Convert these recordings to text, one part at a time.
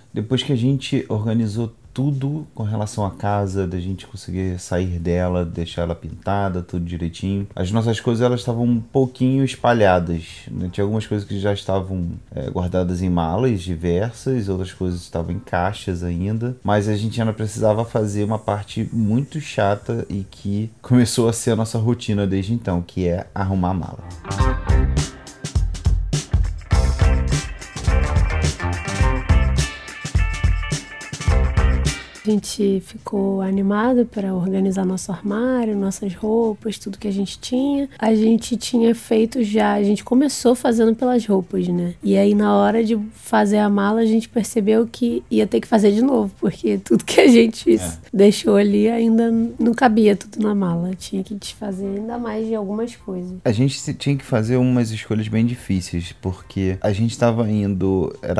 Depois que a gente organizou tudo com relação à casa, da gente conseguir sair dela, deixar ela pintada, tudo direitinho. As nossas coisas, elas estavam um pouquinho espalhadas, né? Tinha algumas coisas que já estavam guardadas em malas diversas, outras coisas estavam em caixas ainda, mas a gente ainda precisava fazer uma parte muito chata e que começou a ser a nossa rotina desde então, que é arrumar a mala. A gente ficou animado para organizar nosso armário, nossas roupas, tudo que a gente tinha. A gente tinha feito já, a gente começou fazendo pelas roupas, né? E aí na hora de fazer a mala a gente percebeu que ia ter que fazer de novo, porque tudo que a gente deixou ali ainda não cabia tudo na mala. Tinha que desfazer ainda mais de algumas coisas. A gente tinha que fazer umas escolhas bem difíceis, porque a gente estava indo, era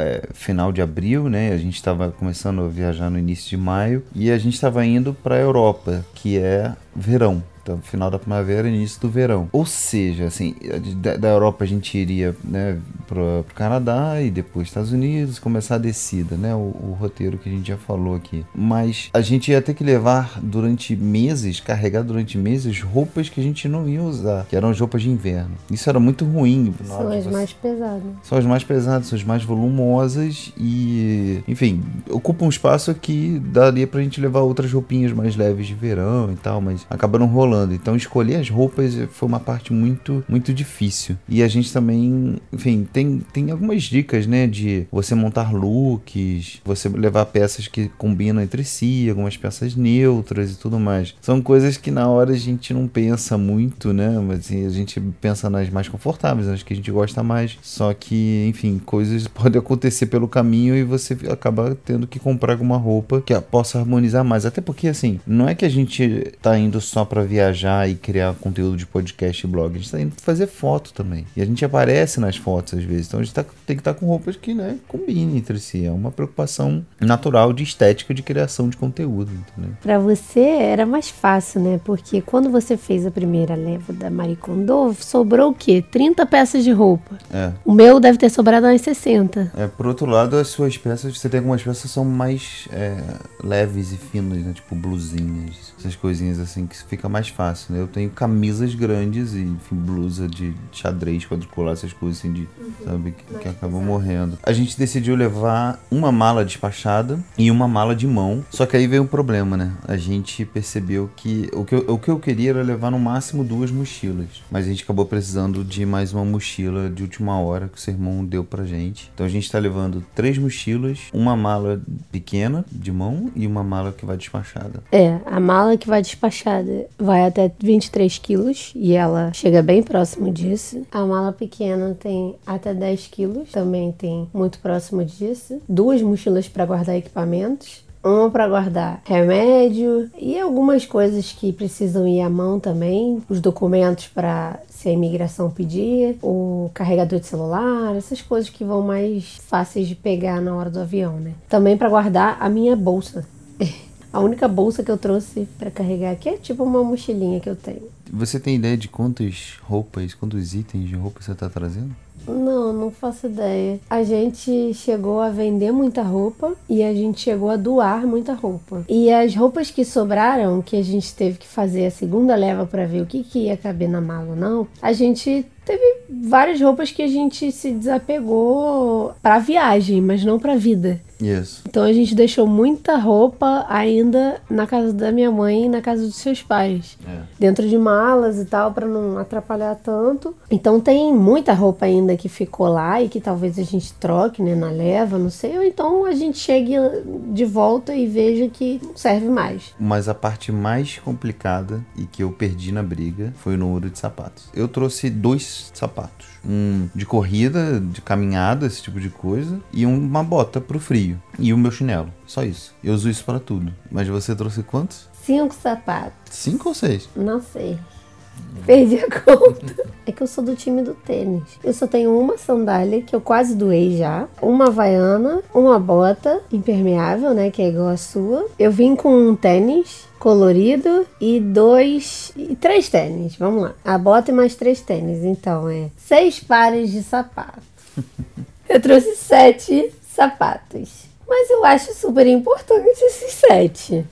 final de abril, né? A gente estava começando a viajar no início de maio, e a gente estava indo para a Europa, que é verão. Então, final da primavera e início do verão. Ou seja, assim, da Europa a gente iria, né, pro Canadá e depois Estados Unidos, começar a descida, né, o roteiro que a gente já falou aqui. Mas a gente ia ter que levar durante meses, carregar durante meses, roupas que a gente não ia usar, que eram as roupas de inverno. Isso era muito ruim. São as mais pesadas. São as mais pesadas, são as mais volumosas e, enfim, ocupam um espaço que daria pra gente levar outras roupinhas mais leves de verão e tal, mas acabaram rolando. Então escolher as roupas foi uma parte muito, muito difícil. E a gente também, enfim, tem algumas dicas, né, de você montar looks, você levar peças que combinam entre si, algumas peças neutras e tudo mais. São coisas que na hora a gente não pensa muito, né, mas assim, a gente pensa nas mais confortáveis, nas que a gente gosta mais. Só que, enfim, coisas podem acontecer pelo caminho e você acaba tendo que comprar alguma roupa que possa harmonizar mais. Até porque, assim, não é que a gente tá indo só pra viajar e criar conteúdo de podcast e blog, a gente tá indo fazer foto também. E a gente aparece nas fotos às vezes. Então a gente tem que estar com roupas que, né, combinem entre si. É uma preocupação natural de estética, de criação de conteúdo, entendeu? Pra você era mais fácil, né? Porque quando você fez a primeira leva da Marie Kondo, sobrou o quê? 30 peças de roupa. O meu deve ter sobrado umas 60. Por outro lado, as suas peças, você tem algumas peças que são mais leves e finas, né? Tipo blusinhas, essas coisinhas assim, que fica mais fácil, né? Eu tenho camisas grandes e, enfim, blusa de xadrez quadricular, essas coisas assim, sabe, que acabam morrendo. A gente decidiu levar uma mala despachada e uma mala de mão, só que aí veio um problema, né? A gente percebeu que o que eu queria era levar no máximo 2 mochilas, mas a gente acabou precisando de mais uma mochila de última hora que o seu irmão deu pra gente. Então a gente tá levando 3 mochilas, uma mala pequena de mão e uma mala que vai despachada. A mala que vai despachada vai até 23 quilos e ela chega bem próximo disso. A mala pequena tem até 10 quilos, também tem muito próximo disso. 2 mochilas para guardar equipamentos. Uma para guardar remédio e algumas coisas que precisam ir à mão também. Os documentos para se a imigração pedir, o carregador de celular, essas coisas que vão mais fáceis de pegar na hora do avião, né? Também para guardar a minha bolsa. A única bolsa que eu trouxe para carregar aqui é tipo uma mochilinha que eu tenho. Você tem ideia de quantos itens de roupa você tá trazendo? Não faço ideia. A gente chegou a vender muita roupa e a gente chegou a doar muita roupa. E as roupas que sobraram, que a gente teve que fazer a segunda leva para ver o que ia caber na mala ou não, a gente teve várias roupas que a gente se desapegou pra viagem, mas não pra vida. Isso. Então a gente deixou muita roupa ainda na casa da minha mãe e na casa dos seus pais. Dentro de malas e tal, pra não atrapalhar tanto. Então tem muita roupa ainda que ficou lá e que talvez a gente troque, né, na leva, não sei. Ou então a gente chegue de volta e veja que não serve mais. Mas a parte mais complicada e que eu perdi na briga foi o número de sapatos. Eu trouxe 2 sapatos. Um de corrida, de caminhada, esse tipo de coisa. E uma bota pro frio. E o meu chinelo. Só isso. Eu uso isso pra tudo. Mas você trouxe quantos? 5 sapatos. 5 ou 6? Não sei. Perdi a conta. É que eu sou do time do tênis. Eu só tenho uma sandália que eu quase doei já. Uma havaiana, uma bota impermeável, né? Que é igual a sua. Eu vim com um tênis colorido e 3 tênis. Vamos lá. A bota e mais 3 tênis. Então 6 pares de sapato. Eu trouxe 7 sapatos. Mas eu acho super importante esses 7.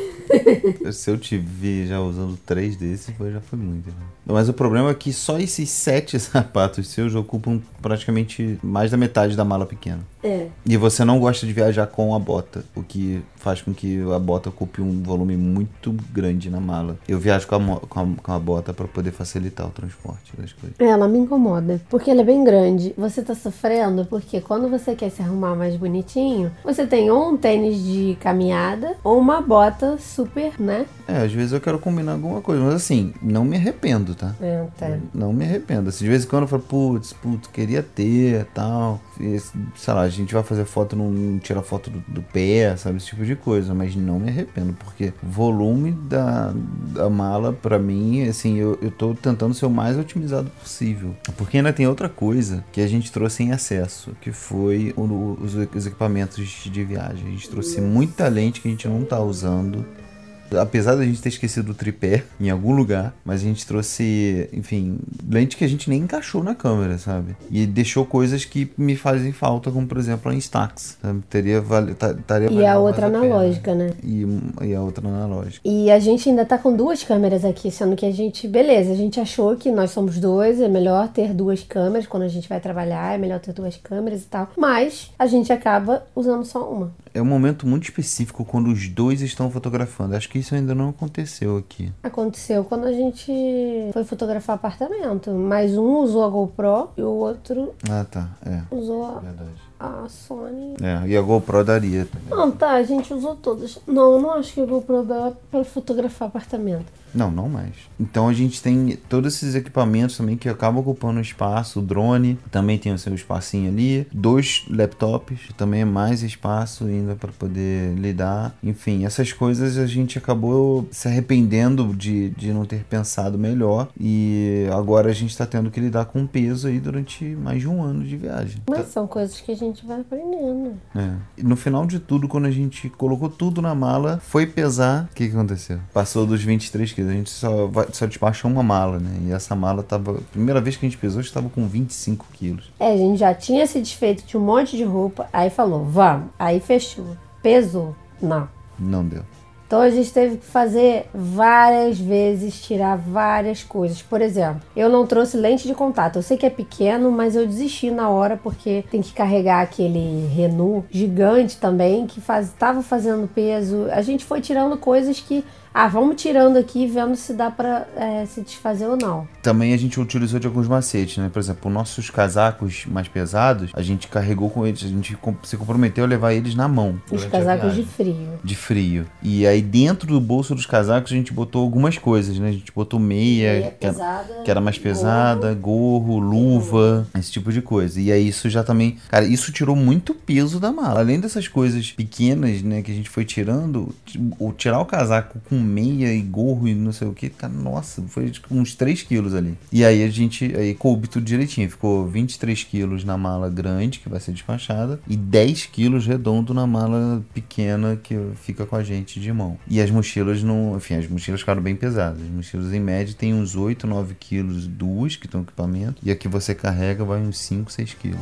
Se eu te vi já usando 3 desses, já foi muito. Né? Mas o problema é que só esses 7 sapatos seus ocupam praticamente mais da metade da mala pequena. E você não gosta de viajar com a bota, o que faz com que a bota ocupe um volume muito grande na mala. Eu viajo com a bota para poder facilitar o transporte das coisas. Ela me incomoda, porque ela é bem grande. Você tá sofrendo porque quando você quer se arrumar mais bonitinho, você tem ou um tênis de caminhada ou uma bota super, né? Às vezes eu quero combinar alguma coisa, mas assim, não me arrependo, tá? Tá. Não me arrependo. Assim, de vez em quando eu falo, putz, queria ter, tal. E, sei lá, a gente vai fazer foto, não tira foto do pé, sabe? Esse tipo de coisa, mas não me arrependo, porque o volume da mala, pra mim, assim, eu tô tentando ser o mais otimizado possível. Porque ainda tem outra coisa que a gente trouxe em excesso, que foi os equipamentos de viagem. A gente trouxe muita lente que a gente não tá usando. Apesar da gente ter esquecido o tripé em algum lugar, mas a gente trouxe, enfim, lente que a gente nem encaixou na câmera, sabe? E deixou coisas que me fazem falta, como por exemplo a Instax, sabe? E a outra analógica, né? E a outra analógica. E a gente ainda tá com 2 câmeras aqui, sendo que a gente achou que nós somos 2, é melhor ter 2 câmeras quando a gente vai trabalhar, é melhor ter 2 câmeras e tal. Mas a gente acaba usando só uma. É um momento muito específico quando os 2 estão fotografando. Acho que isso ainda não aconteceu aqui. Aconteceu quando a gente foi fotografar apartamento. Mas um usou a GoPro e o outro usou a Sony. E a GoPro daria também. Não, a gente usou todas. Não acho que a GoPro dá pra fotografar apartamento. Não mais. Então a gente tem todos esses equipamentos também que acabam ocupando espaço. O drone também tem o seu espacinho ali. 2 laptops, também é mais espaço ainda para poder lidar. Enfim, essas coisas a gente acabou se arrependendo de não ter pensado melhor. E agora a gente está tendo que lidar com peso aí durante mais de um ano de viagem. Mas são coisas que a gente vai aprendendo. E no final de tudo, quando a gente colocou tudo na mala, foi pesar. O que aconteceu? Passou dos 23 quilos. A gente só despachou uma mala, né? E essa mala tava... Primeira vez que a gente pesou, estava com 25 quilos. A gente já tinha se desfeito de um monte de roupa. Aí falou, vamos. Aí fechou. Pesou. Não deu. Então a gente teve que fazer várias vezes, tirar várias coisas. Por exemplo, eu não trouxe lente de contato. Eu sei que é pequeno, mas eu desisti na hora porque tem que carregar aquele Renault gigante também, que estava fazendo peso. A gente foi tirando coisas que... vamos tirando aqui e vendo se dá pra se desfazer ou não. Também a gente utilizou de alguns macetes, né? Por exemplo, nossos casacos mais pesados, a gente carregou com eles, a gente se comprometeu a levar eles na mão. Os casacos de frio. De frio. E aí dentro do bolso dos casacos a gente botou algumas coisas, né? A gente botou meia que era mais pesada, gorro, luva, esse tipo de coisa. E aí isso já também... Cara, isso tirou muito peso da mala. Além dessas coisas pequenas, né, que a gente foi tirando, tirar o casaco com meia e gorro e não sei o que, cara, nossa, foi uns 3 quilos ali. E aí aí coube tudo direitinho, ficou 23 quilos na mala grande, que vai ser despachada, e 10 quilos redondo na mala pequena, que fica com a gente de mão. E as mochilas as mochilas ficaram bem pesadas. As mochilas em média tem uns 8, 9 quilos, 2 que estão no equipamento, e a que você carrega vai uns 5, 6 quilos.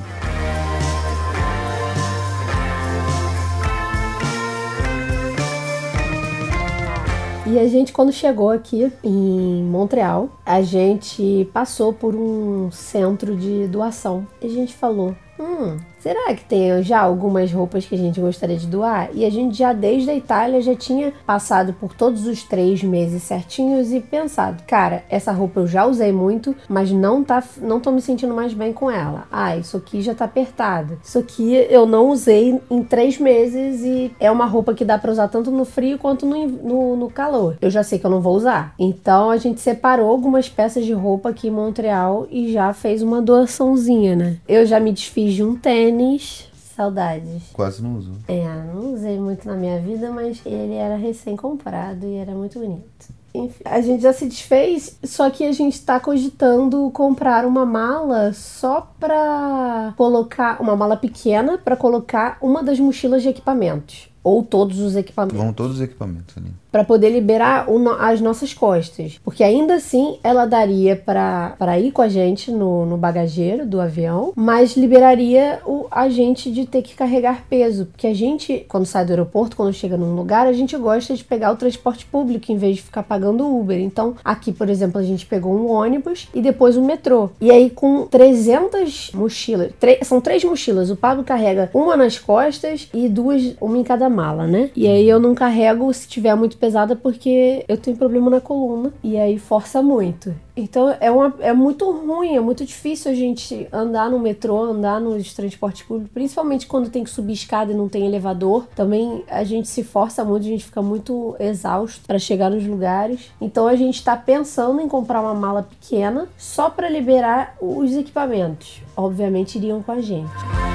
E a gente, quando chegou aqui em Montreal, a gente passou por um centro de doação. E a gente falou, será que tem já algumas roupas que a gente gostaria de doar? E a gente já, desde a Itália, já tinha passado por todos os 3 meses certinhos e pensado, cara, essa roupa eu já usei muito, mas não tô me sentindo mais bem com ela. Isso aqui já tá apertado. Isso aqui eu não usei em 3 meses e é uma roupa que dá pra usar tanto no frio quanto no calor. Eu já sei que eu não vou usar. Então a gente separou algumas peças de roupa aqui em Montreal e já fez uma doaçãozinha, né? Eu já me desfiz de um tênis. Saudades. Quase não usou. Não usei muito na minha vida, mas ele era recém-comprado e era muito bonito. Enfim, a gente já se desfez, só que a gente tá cogitando comprar uma mala só pra colocar, uma mala pequena pra colocar uma das mochilas de equipamentos. Ou todos os equipamentos. Vão todos os equipamentos ali. para poder liberar as nossas costas. Porque ainda assim ela daria para ir com a gente no bagageiro do avião, mas liberaria a gente de ter que carregar peso. Porque a gente, quando sai do aeroporto, quando chega num lugar, a gente gosta de pegar o transporte público em vez de ficar pagando Uber. Então, aqui, por exemplo, a gente pegou um ônibus e depois um metrô. E aí, com 300 mochilas, são 3 mochilas, o Pablo carrega uma nas costas e 2, uma em cada mala, né? E aí eu não carrego se tiver muito pesada porque eu tenho problema na coluna e aí força muito. Então é muito ruim, é muito difícil a gente andar no metrô, andar nos transportes públicos, principalmente quando tem que subir escada e não tem elevador. Também a gente se força muito, a gente fica muito exausto para chegar nos lugares. Então a gente está pensando em comprar uma mala pequena só para liberar os equipamentos. Obviamente iriam com a gente.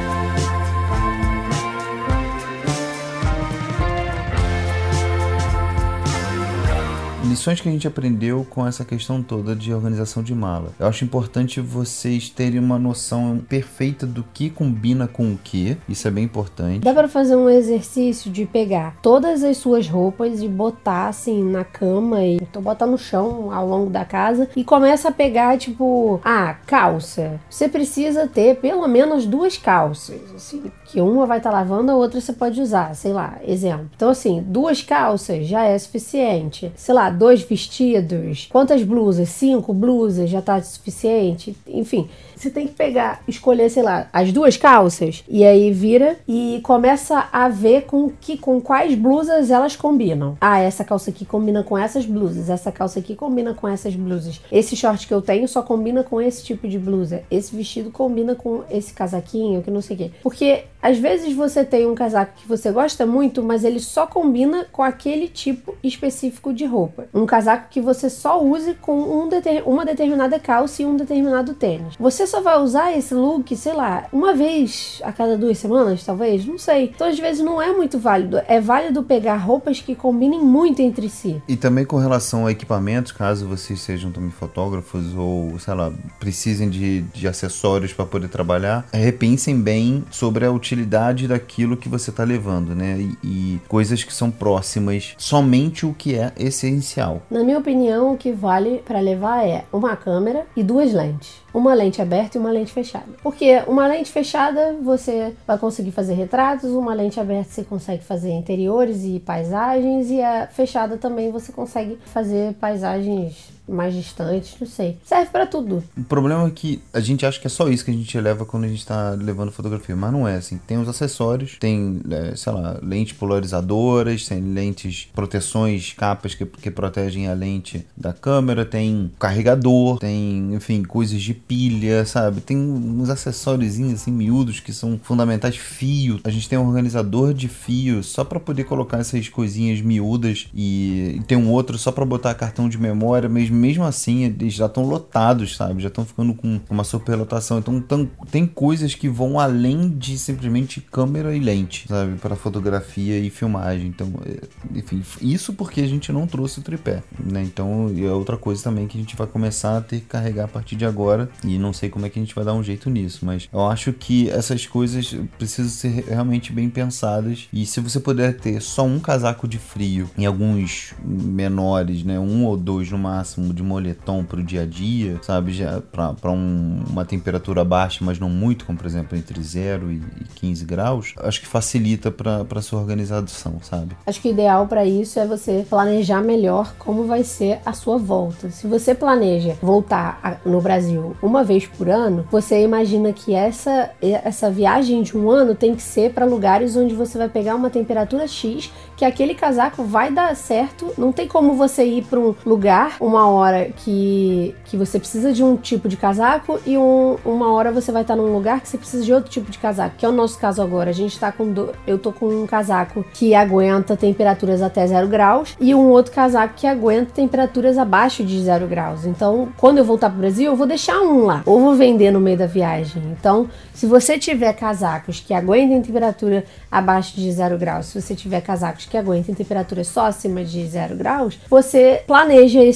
Lições que a gente aprendeu com essa questão toda de organização de mala. Eu acho importante vocês terem uma noção perfeita do que combina com o que. Isso é bem importante. Dá para fazer um exercício de pegar todas as suas roupas e botar assim na cama e então botar no chão ao longo da casa e começa a pegar tipo, calça. Você precisa ter pelo menos 2 calças, assim, que uma vai estar lavando, a outra você pode usar, sei lá, exemplo. Então assim, 2 calças já é suficiente. Sei lá, 2 vestidos, quantas blusas? 5 blusas já tá suficiente? Enfim, você tem que escolher, sei lá, as 2 calças e aí vira e começa a ver com quais blusas elas combinam. Essa calça aqui combina com essas blusas, essa calça aqui combina com essas blusas. Esse short que eu tenho só combina com esse tipo de blusa. Esse vestido combina com esse casaquinho, que não sei o quê. Porque às vezes você tem um casaco que você gosta muito, mas ele só combina com aquele tipo específico de roupa. Um casaco que você só use com uma determinada calça e um determinado tênis. Você só vai usar esse look, sei lá, uma vez a cada 2 semanas, talvez, não sei. Então, às vezes, não é muito válido. É válido pegar roupas que combinem muito entre si. E também com relação a equipamentos, caso vocês sejam também fotógrafos ou, sei lá, precisem de acessórios para poder trabalhar, repensem bem sobre a utilidade daquilo que você está levando, né? E coisas que são próximas, somente o que é essencial. Na minha opinião, o que vale para levar é uma câmera e 2 lentes. Uma lente aberta e uma lente fechada. Porque uma lente fechada você vai conseguir fazer retratos, uma lente aberta você consegue fazer interiores e paisagens, e a fechada também você consegue fazer paisagens mais distantes, não sei. Serve pra tudo. O problema é que a gente acha que é só isso que a gente leva quando a gente tá levando fotografia, mas não é assim. Tem os acessórios, tem, sei lá, lentes polarizadoras, tem lentes, proteções, capas que protegem a lente da câmera, tem carregador, tem, enfim, coisas de pilha, sabe? Tem uns acessóriozinhos assim miúdos que são fundamentais, fio. A gente tem um organizador de fio só pra poder colocar essas coisinhas miúdas e tem um outro só pra botar cartão de memória, mesmo assim eles já estão lotados, sabe? Já estão ficando com uma superlotação. Então tem coisas que vão além de simplesmente câmera e lente, sabe? Para fotografia e filmagem. Então, enfim, isso porque a gente não trouxe o tripé, né? Então é outra coisa também que a gente vai começar a ter que carregar a partir de agora e não sei como é que a gente vai dar um jeito nisso, mas eu acho que essas coisas precisam ser realmente bem pensadas e se você puder ter só um casaco de frio em alguns menores, né? 1 ou 2 no máximo de moletom pro dia a dia, sabe, já para uma temperatura baixa, mas não muito, como por exemplo entre 0 e 15 graus, acho que facilita para sua organização, sabe? Acho que o ideal para isso é você planejar melhor como vai ser a sua volta. Se você planeja voltar no Brasil uma vez por ano, você imagina que essa viagem de um ano tem que ser para lugares onde você vai pegar uma temperatura X, que aquele casaco vai dar certo. Não tem como você ir para um lugar uma hora que você precisa de um tipo de casaco e uma hora você vai estar num lugar que você precisa de outro tipo de casaco, que é o nosso caso agora. A gente tá eu tô com um casaco que aguenta temperaturas até 0 graus e um outro casaco que aguenta temperaturas abaixo de 0 graus. Então, quando eu voltar pro Brasil, eu vou deixar um lá, ou vou vender no meio da viagem. Então, se você tiver casacos que aguentem temperatura abaixo de 0 graus, se você tiver casacos que aguentem temperatura só acima de 0 graus, você planeja esse um ano de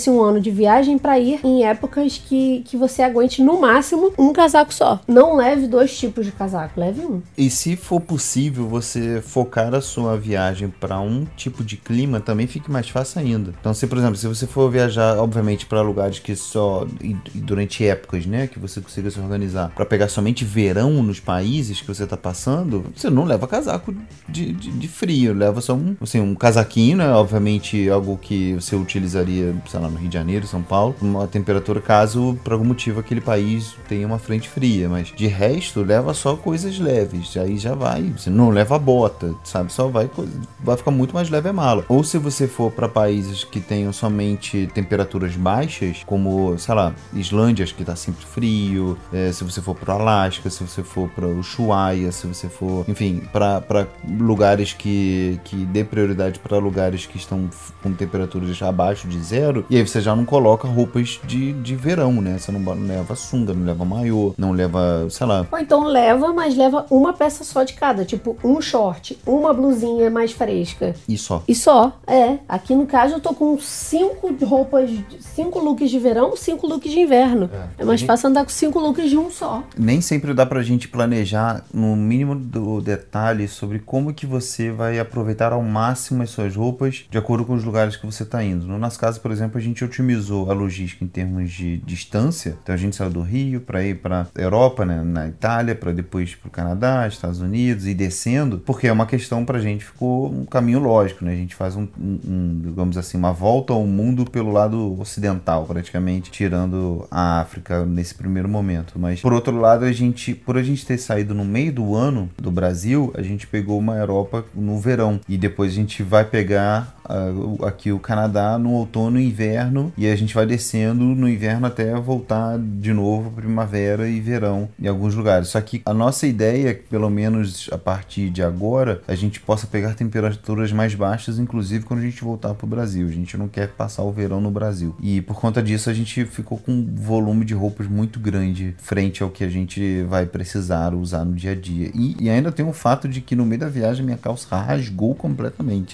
de viagem para ir em épocas que você aguente no máximo um casaco só. Não leve 2 tipos de casaco, leve um. E se for possível você focar a sua viagem para um tipo de clima, também fique mais fácil ainda. Então, por exemplo, se você for viajar, obviamente, para lugares que só e durante épocas, né, que você consiga se organizar para pegar somente verão nos países que você tá passando, você não leva casaco de frio, leva só um casaquinho, né, obviamente algo que você utilizaria, sei lá, no Rio de Janeiro, São Paulo, uma temperatura caso por algum motivo aquele país tenha uma frente fria, mas de resto leva só coisas leves, aí já vai, você não leva bota, sabe, só vai ficar muito mais leve a mala. Ou se você for para países que tenham somente temperaturas baixas, como, sei lá, Islândia, que tá sempre frio, se você for pro Alasca, se você for para o Ushuaia, se você for, enfim, para lugares que dê prioridade para lugares que estão com temperaturas abaixo de 0, e aí você já não coloca roupas de verão, né? Você não leva sunga, não leva maiô, não leva, sei lá. Ou então leva, mas leva uma peça só de cada, tipo um short, uma blusinha mais fresca. E só. E só, Aqui no caso eu tô com 5 roupas, 5 looks de verão, 5 looks de inverno. É mais fácil andar com 5 looks de um só. Nem sempre dá pra gente planejar no mínimo do detalhe sobre como que você vai aproveitar ao máximo as suas roupas de acordo com os lugares que você tá indo. No nosso caso, por exemplo, a gente otimizou a logística em termos de distância. Então a gente saiu do Rio para ir para Europa, né, na Itália, para depois pro Canadá, Estados Unidos e descendo, porque é uma questão pra gente, ficou um caminho lógico, né? A gente faz digamos assim, uma volta ao mundo pelo lado ocidental, praticamente, tirando a África nesse primeiro momento. Mas, por outro lado, por a gente ter saído no meio do ano do Brasil, a gente pegou uma Europa no verão. E depois a gente vai pegar aqui o Canadá no outono e inverno, e a gente vai descendo no inverno até voltar de novo primavera e verão em alguns lugares. Só que a nossa ideia é que, pelo menos a partir de agora, a gente possa pegar temperaturas mais baixas, inclusive quando a gente voltar pro Brasil. A gente não quer passar o verão no Brasil. E por conta disso a gente ficou com um volume de roupas muito grande frente ao que a gente vai precisar usar no dia a dia. E ainda tem o fato de que no meio da viagem minha calça rasgou completamente.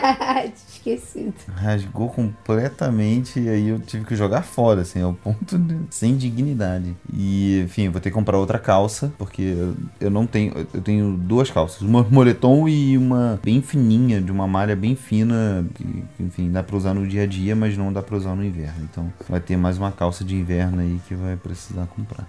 Esquecido. Rasgou completamente e aí eu tive que jogar fora, assim, ao ponto de sem dignidade. E, enfim, eu vou ter que comprar outra calça, porque eu tenho 2 calças, uma moletom e uma bem fininha, de uma malha bem fina, que, enfim, dá pra usar no dia a dia, mas não dá pra usar no inverno. Então vai ter mais uma calça de inverno aí que vai precisar comprar.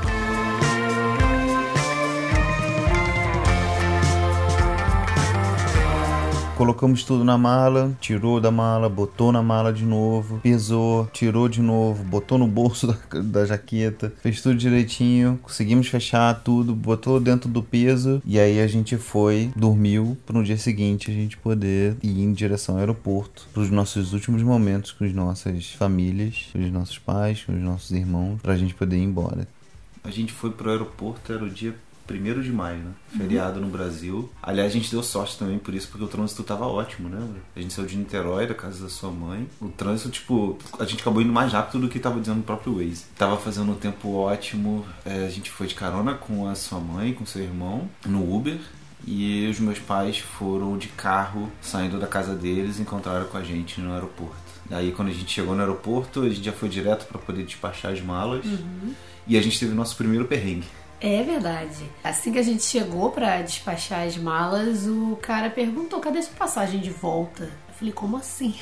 Colocamos tudo na mala, tirou da mala, botou na mala de novo, pesou, tirou de novo, botou no bolso da jaqueta, fez tudo direitinho, conseguimos fechar tudo, botou dentro do peso e aí a gente foi, dormiu, para no dia seguinte a gente poder ir em direção ao aeroporto, para os nossos últimos momentos com as nossas famílias, com os nossos pais, com os nossos irmãos, para a gente poder ir embora. A gente foi pro aeroporto, era o dia 1º de maio, né? Feriado no Brasil. Aliás, a gente deu sorte também por isso, porque o trânsito tava ótimo, né? A gente saiu de Niterói, da casa da sua mãe. O trânsito, tipo, a gente acabou indo mais rápido do que tava dizendo no próprio Waze. Tava fazendo um tempo ótimo. A gente foi de carona com a sua mãe, com seu irmão, no Uber. E os meus pais foram de carro, saindo da casa deles, encontraram com a gente no aeroporto. Aí, quando a gente chegou no aeroporto, a gente já foi direto para poder despachar as malas. E a gente teve o nosso primeiro perrengue. É verdade. Assim que a gente chegou pra despachar as malas, o cara perguntou: cadê sua passagem de volta? Eu falei: como assim?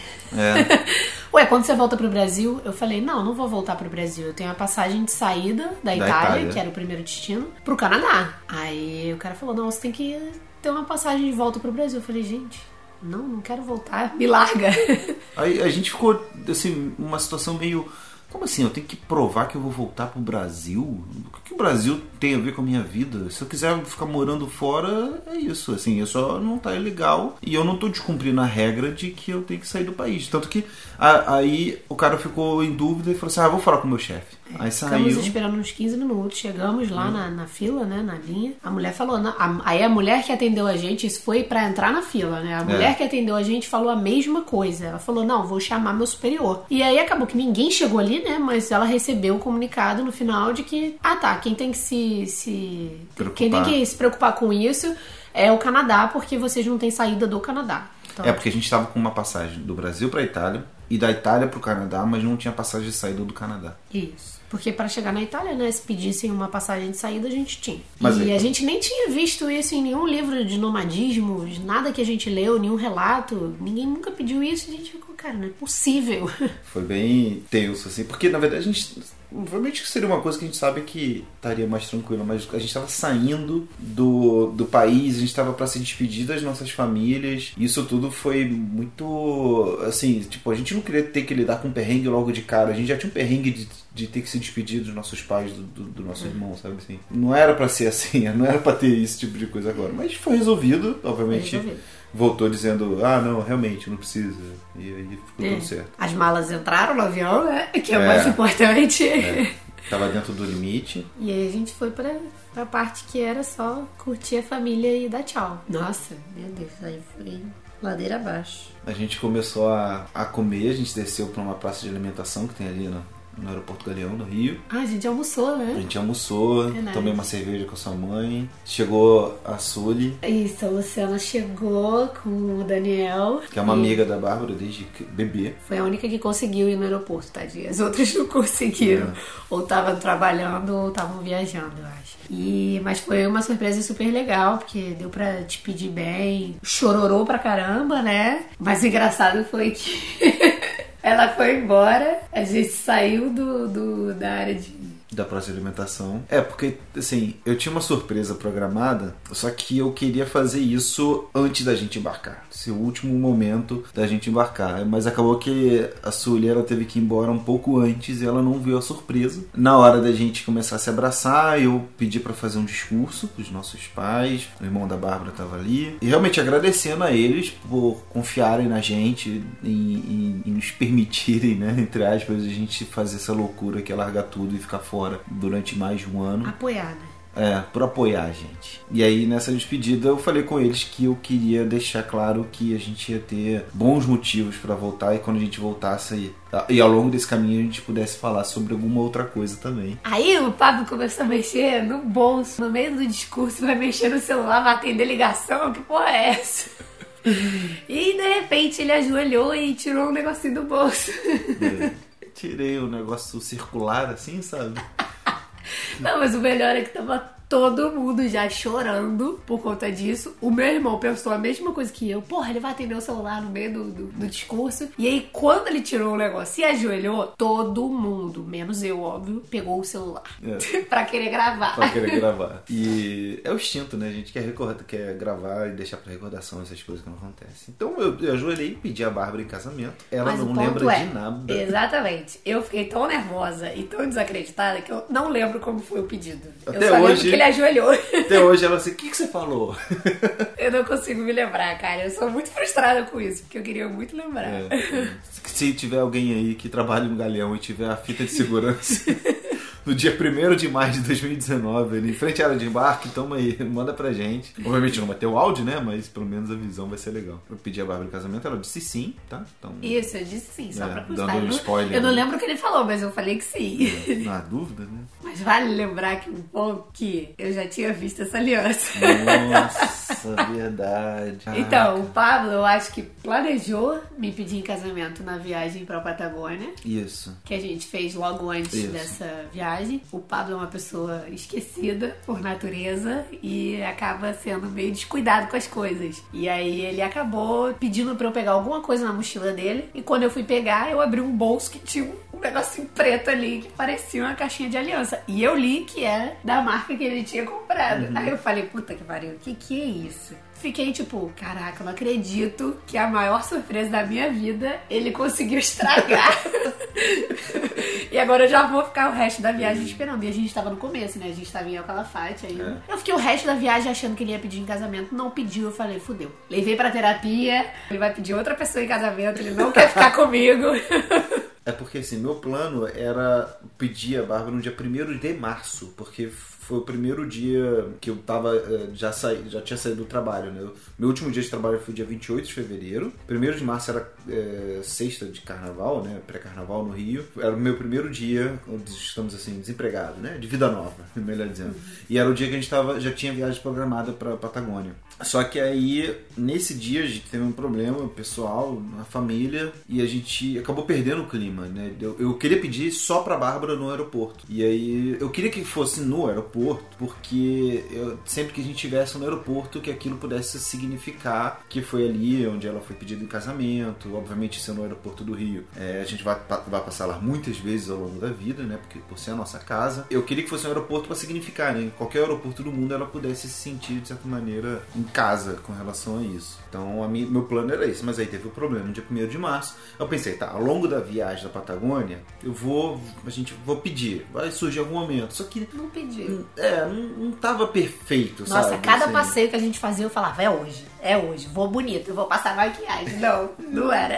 Ué, quando você volta pro Brasil? Eu falei: não vou voltar pro Brasil. Eu tenho a passagem de saída da Itália, que era o primeiro destino, pro Canadá. Aí o cara falou: não, você tem que ter uma passagem de volta pro Brasil. Eu falei: gente, não quero voltar, me larga. Aí a gente ficou, assim, uma situação meio... Como assim? Eu tenho que provar que eu vou voltar pro Brasil? O que o Brasil tem a ver com a minha vida? Se eu quiser ficar morando fora, é isso. Assim, eu só não tá ilegal e eu não tô descumprindo a regra de que eu tenho que sair do país. Tanto que aí o cara ficou em dúvida e falou assim: vou falar com o meu chefe. Aí saiu. Ficamos esperando uns 15 minutos, chegamos lá na fila, né, na linha. A mulher falou, aí a mulher que atendeu a gente, isso foi pra entrar na fila, né? A mulher que atendeu a gente falou a mesma coisa. Ela falou: não, vou chamar meu superior. E aí acabou que ninguém chegou ali, né? Mas ela recebeu um comunicado no final de que, quem tem que quem tem que se preocupar com isso é o Canadá, porque vocês não têm saída do Canadá. Então... porque a gente tava com uma passagem do Brasil pra Itália ir da Itália pro Canadá, mas não tinha passagem de saída do Canadá. Isso. Porque para chegar na Itália, né, se pedissem uma passagem de saída, a gente tinha. Mas e a gente nem tinha visto isso em nenhum livro de nomadismo, nada que a gente leu, nenhum relato. Ninguém nunca pediu isso. A gente ficou, cara, não é possível. Foi bem tenso, assim, porque na verdade a gente... Provavelmente seria uma coisa que a gente sabe que estaria mais tranquilo, mas a gente estava saindo do país, a gente estava para se despedir das nossas famílias. Isso tudo foi muito, assim, tipo, a gente não queria ter que lidar com um perrengue logo de cara. A gente já tinha um perrengue de ter que se despedir dos nossos pais, do nosso irmão, sabe assim? Não era para ser assim, não era para ter esse tipo de coisa agora. Mas foi resolvido, obviamente. Voltou dizendo, não, realmente, não precisa. E aí ficou tudo certo. As malas entraram no avião, né? Que é o mais importante. Tava dentro do limite. E aí a gente foi pra parte que era só curtir a família e dar tchau. Nossa, meu Deus, aí foi ladeira abaixo. A gente começou a comer, a gente desceu pra uma praça de alimentação que tem ali no aeroporto Galeão, no Rio. A gente almoçou, né? A gente almoçou, tomei uma cerveja com a sua mãe. Chegou a Sully. Isso, a Luciana chegou com o Daniel. Que é uma amiga da Bárbara desde bebê. Foi a única que conseguiu ir no aeroporto, tadinha. As outras não conseguiram. Ou estavam trabalhando ou estavam viajando, eu acho. Mas foi uma surpresa super legal, porque deu pra despedir bem. Chororou pra caramba, né? Mas o engraçado foi que... Ela foi embora, a gente saiu da área da praça de alimentação. Porque, assim, eu tinha uma surpresa programada, só que eu queria fazer isso antes da gente embarcar. Ser o último momento da gente embarcar. Mas acabou que a Sully, ela teve que ir embora um pouco antes e ela não viu a surpresa. Na hora da gente começar a se abraçar, eu pedi pra fazer um discurso pros nossos pais. O irmão da Bárbara tava ali. E realmente agradecendo a eles por confiarem na gente e nos permitirem, né, entre aspas, a gente fazer essa loucura que é largar tudo e ficar fora durante mais de um ano. Apoiar, né? Por apoiar a gente. E aí nessa despedida eu falei com eles que eu queria deixar claro que a gente ia ter bons motivos para voltar e quando a gente voltasse e ao longo desse caminho a gente pudesse falar sobre alguma outra coisa também. Aí o Pablo começou a mexer no bolso, no meio do discurso, vai mexer no celular, vai atender ligação, que porra é essa? E de repente ele ajoelhou e tirou um negocinho do bolso. Tirei um negócio circular assim, sabe? Não, mas o melhor é que tava todo mundo já chorando por conta disso. O meu irmão pensou a mesma coisa que eu. Porra, ele vai atender o celular no meio do discurso. E aí, quando ele tirou o negócio e ajoelhou, todo mundo, menos eu, óbvio, pegou o celular. Pra querer gravar. Pra querer gravar. E é o instinto, né? A gente quer gravar e deixar pra recordação essas coisas que não acontecem. Então eu ajoelhei e pedi a Bárbara em casamento. Ela mas não lembra de nada. Exatamente. Eu fiquei tão nervosa e tão desacreditada que eu não lembro como foi o pedido. Até eu só hoje, lembro que ele ajoelhou. Até hoje ela assim, o que você falou? Eu não consigo me lembrar, cara. Eu sou muito frustrada com isso, porque eu queria muito lembrar. Se tiver alguém aí que trabalha no Galeão e tiver a fita de segurança no dia 1º de maio de 2019, ali, em frente à área de embarque, toma aí, manda pra gente. Obviamente não vai ter o áudio, né? Mas pelo menos a visão vai ser legal. Eu pedi a Bárbara em casamento, ela disse sim, tá? Então, isso, eu disse sim, só pra constar. Dando um spoiler. Eu não lembro o que ele falou, mas eu falei que sim. Não há dúvida, né? Mas vale lembrar que eu já tinha visto essa aliança. Nossa, verdade. Então, o Pablo, eu acho que planejou me pedir em casamento na viagem pra Patagônia. Isso. Que a gente fez logo antes dessa viagem. O Pablo é uma pessoa esquecida por natureza e acaba sendo meio descuidado com as coisas. E aí ele acabou pedindo pra eu pegar alguma coisa na mochila dele. E quando eu fui pegar, eu abri um bolso que tinha um negocinho preto ali que parecia uma caixinha de aliança. E eu li que era da marca que ele tinha comprado. Aí eu falei, puta que pariu, o que é isso? Fiquei tipo, caraca, eu não acredito que a maior surpresa da minha vida ele conseguiu estragar. E agora eu já vou ficar o resto da viagem esperando. E a gente tava no começo, né? A gente tava em El Calafate ainda. Eu fiquei o resto da viagem achando que ele ia pedir em casamento. Não pediu, eu falei, fudeu. Levei pra terapia, ele vai pedir outra pessoa em casamento, ele não quer ficar comigo. É porque assim, meu plano era pedir a Bárbara no dia 1º de março, porque foi o primeiro dia que eu tava, já tinha saído do trabalho, né? Meu último dia de trabalho foi dia 28 de fevereiro. 1º de março era sexta de carnaval, né? Pré-carnaval no Rio. Era o meu primeiro dia, estamos assim, desempregados, né? De vida nova, melhor dizendo. E era o dia que a gente já tinha viagem programada pra Patagônia. Só que aí, nesse dia, a gente teve um problema pessoal na família e a gente acabou perdendo o clima, né? Eu queria pedir só pra Bárbara no aeroporto. E aí, eu queria que fosse no aeroporto, porque sempre que a gente estivesse no aeroporto, que aquilo pudesse significar que foi ali onde ela foi pedida em casamento. Obviamente, isso é no aeroporto do Rio. A gente vai passar lá muitas vezes ao longo da vida, né? Porque por ser a nossa casa. Eu queria que fosse um aeroporto pra significar, né? Em qualquer aeroporto do mundo, ela pudesse se sentir, de certa maneira, em casa com relação a isso. Então, meu plano era esse, mas aí teve o problema no dia 1º de março. Eu pensei, tá, ao longo da viagem da Patagônia, a gente vou pedir, vai surgir algum momento. Só que não pediu. Não tava perfeito, nossa, sabe? Cada passeio que a gente fazia, eu falava, é hoje, vou bonito, eu vou passar maquiagem. Não era.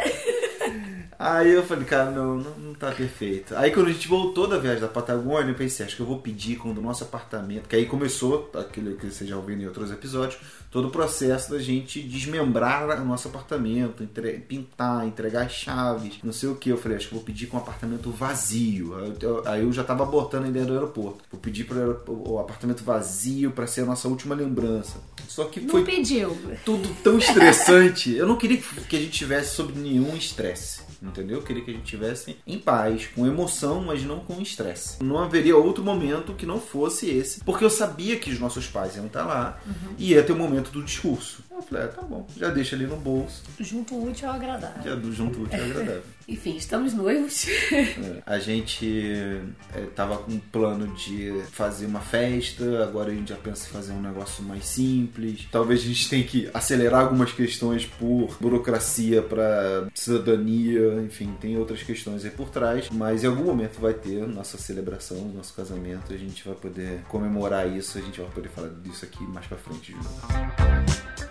Aí eu falei, cara, não tá perfeito. Aí quando a gente voltou da viagem da Patagônia, eu pensei, acho que eu vou pedir quando o nosso apartamento, que aí começou, aquele que vocês já ouviram em outros episódios, todo o processo da gente desmembrar o nosso apartamento, pintar, entregar as chaves, não sei o que. Eu falei, acho que eu vou pedir com o apartamento vazio. Aí eu já tava botando a ideia do aeroporto. Vou pedir para o apartamento vazio para ser a nossa última lembrança. Só que foi tudo tão estressante. Eu não queria que a gente tivesse sob nenhum estresse. Entendeu? Eu queria que a gente estivesse em paz, com emoção, mas não com estresse. Não haveria outro momento que não fosse esse, porque eu sabia que os nossos pais iam estar lá e ia ter o momento do discurso. Eu falei, tá bom, já deixa ali no bolso. Junto útil ao agradável. Junto útil ao agradável. Enfim, estamos noivos. A gente tava com um plano de fazer uma festa, agora a gente já pensa em fazer um negócio mais simples. Talvez a gente tenha que acelerar algumas questões por burocracia para cidadania, enfim, tem outras questões aí por trás, mas em algum momento vai ter nossa celebração, nosso casamento, a gente vai poder comemorar isso, a gente vai poder falar disso aqui mais pra frente de novo.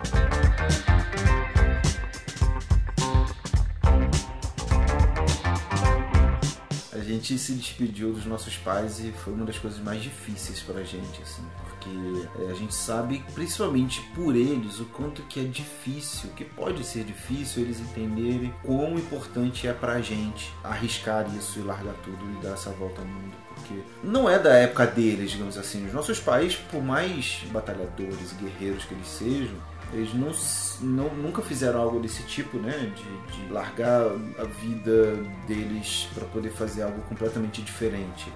A gente se despediu dos nossos pais e foi uma das coisas mais difíceis pra gente, assim, porque a gente sabe, principalmente por eles, o quanto que é difícil, que pode ser difícil eles entenderem quão importante é pra gente arriscar isso e largar tudo e dar essa volta ao mundo. Porque não é da época deles, digamos assim. Os nossos pais, por mais batalhadores e guerreiros que eles sejam, eles nunca fizeram algo desse tipo, né? De largar a vida deles para poder fazer algo completamente diferente.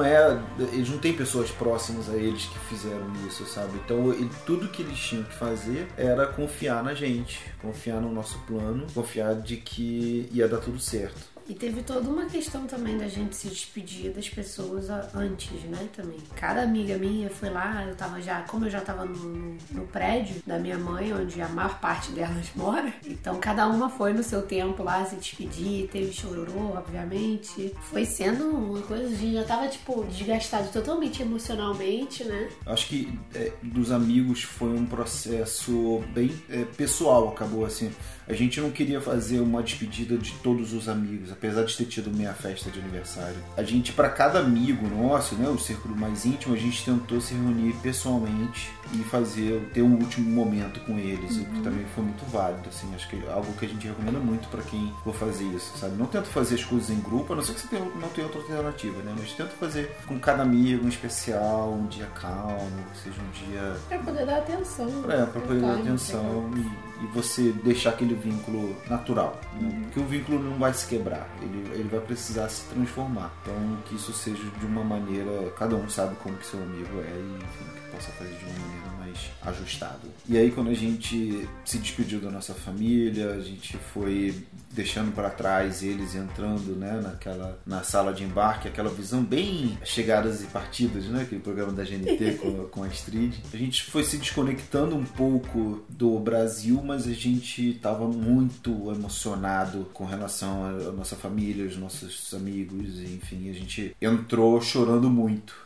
Eles não têm pessoas próximas a eles que fizeram isso, sabe? Então, tudo que eles tinham que fazer era confiar na gente, confiar no nosso plano, confiar de que ia dar tudo certo. E teve toda uma questão também da gente se despedir das pessoas antes, né, também. Cada amiga minha foi lá, como eu já tava no prédio da minha mãe, onde a maior parte delas mora, então cada uma foi no seu tempo lá se despedir, teve chororô, obviamente. Foi sendo uma coisa, a gente já tava, desgastado totalmente emocionalmente, né? Acho que dos amigos foi um processo bem pessoal, acabou assim. A gente não queria fazer uma despedida de todos os amigos, apesar de ter tido minha festa de aniversário. A gente, para cada amigo nosso, né, o círculo mais íntimo, a gente tentou se reunir pessoalmente e ter um último momento com eles, o que também foi muito válido, assim. Acho que é algo que a gente recomenda muito para quem for fazer isso, sabe? Não tenta fazer as coisas em grupo, a não ser que você não tenha outra alternativa, né? Mas tenta fazer com cada amigo um especial, um dia calmo, que seja um dia... Pra poder dar atenção. Pra poder dar atenção e você deixar aquele vínculo natural, né? Porque o vínculo não vai se quebrar, ele vai precisar se transformar. Então, que isso seja de uma maneira, cada um sabe como que seu amigo é e, enfim, que possa fazer de uma maneira mais ajustada. E aí, quando a gente se despediu da nossa família, a gente foi deixando para trás eles entrando, né, na sala de embarque, aquela visão bem chegadas e partidas, né, aquele programa da GNT com a Astrid. A gente foi se desconectando um pouco do Brasil, mas a gente estava muito emocionado com relação à nossa família, os nossos amigos, enfim, a gente entrou chorando muito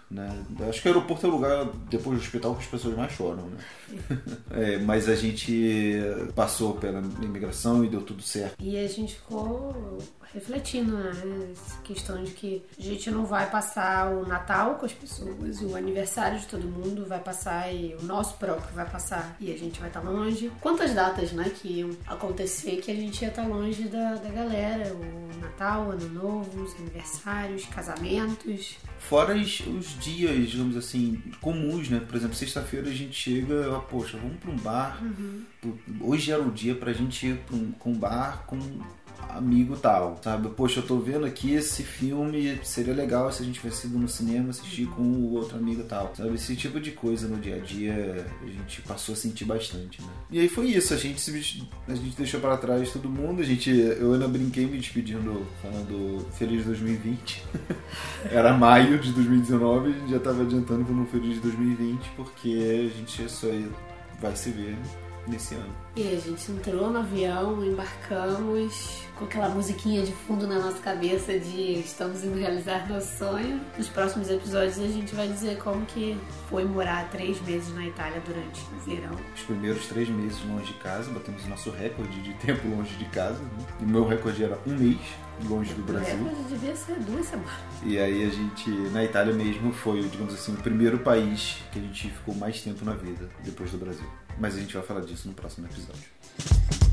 né? Eu acho que o aeroporto é o lugar, depois do hospital, que as pessoas mais choram, né? Mas a gente passou pela imigração e deu tudo certo. E a gente ficou refletindo, né? Essa questão de que a gente não vai passar o Natal com as pessoas, o aniversário de todo mundo vai passar e o nosso próprio vai passar e a gente vai estar longe. Quantas datas, né, que iam acontecer que a gente ia estar longe da galera? O Natal, o Ano Novo, os aniversários, casamentos. Fora os dias, digamos assim, comuns, né? Por exemplo, sexta-feira a gente chega, poxa, vamos para um bar. Hoje era o dia pra gente ir para um bar com amigo tal, sabe? Poxa, eu tô vendo aqui esse filme, seria legal se a gente tivesse ido no cinema assistir com o outro amigo tal, sabe? Esse tipo de coisa no dia a dia a gente passou a sentir bastante, né? E aí foi isso, a gente deixou para trás todo mundo, eu ainda brinquei me despedindo, falando Feliz 2020. Era maio de 2019, a gente já tava adiantando para um Feliz 2020, porque a gente só vai se ver nesse ano. E a gente entrou no avião, embarcamos com aquela musiquinha de fundo na nossa cabeça de estamos indo realizar nosso sonho. Nos próximos episódios a gente vai dizer como que foi morar 3 meses na Itália durante o verão. Os primeiros 3 meses longe de casa, batemos o nosso recorde de tempo longe de casa, né? E o meu recorde era 1 mês longe do Brasil. O recorde devia ser 2 semanas. E aí a gente, na Itália mesmo, foi, digamos assim, o primeiro país que a gente ficou mais tempo na vida, depois do Brasil. Mas a gente vai falar disso no próximo episódio.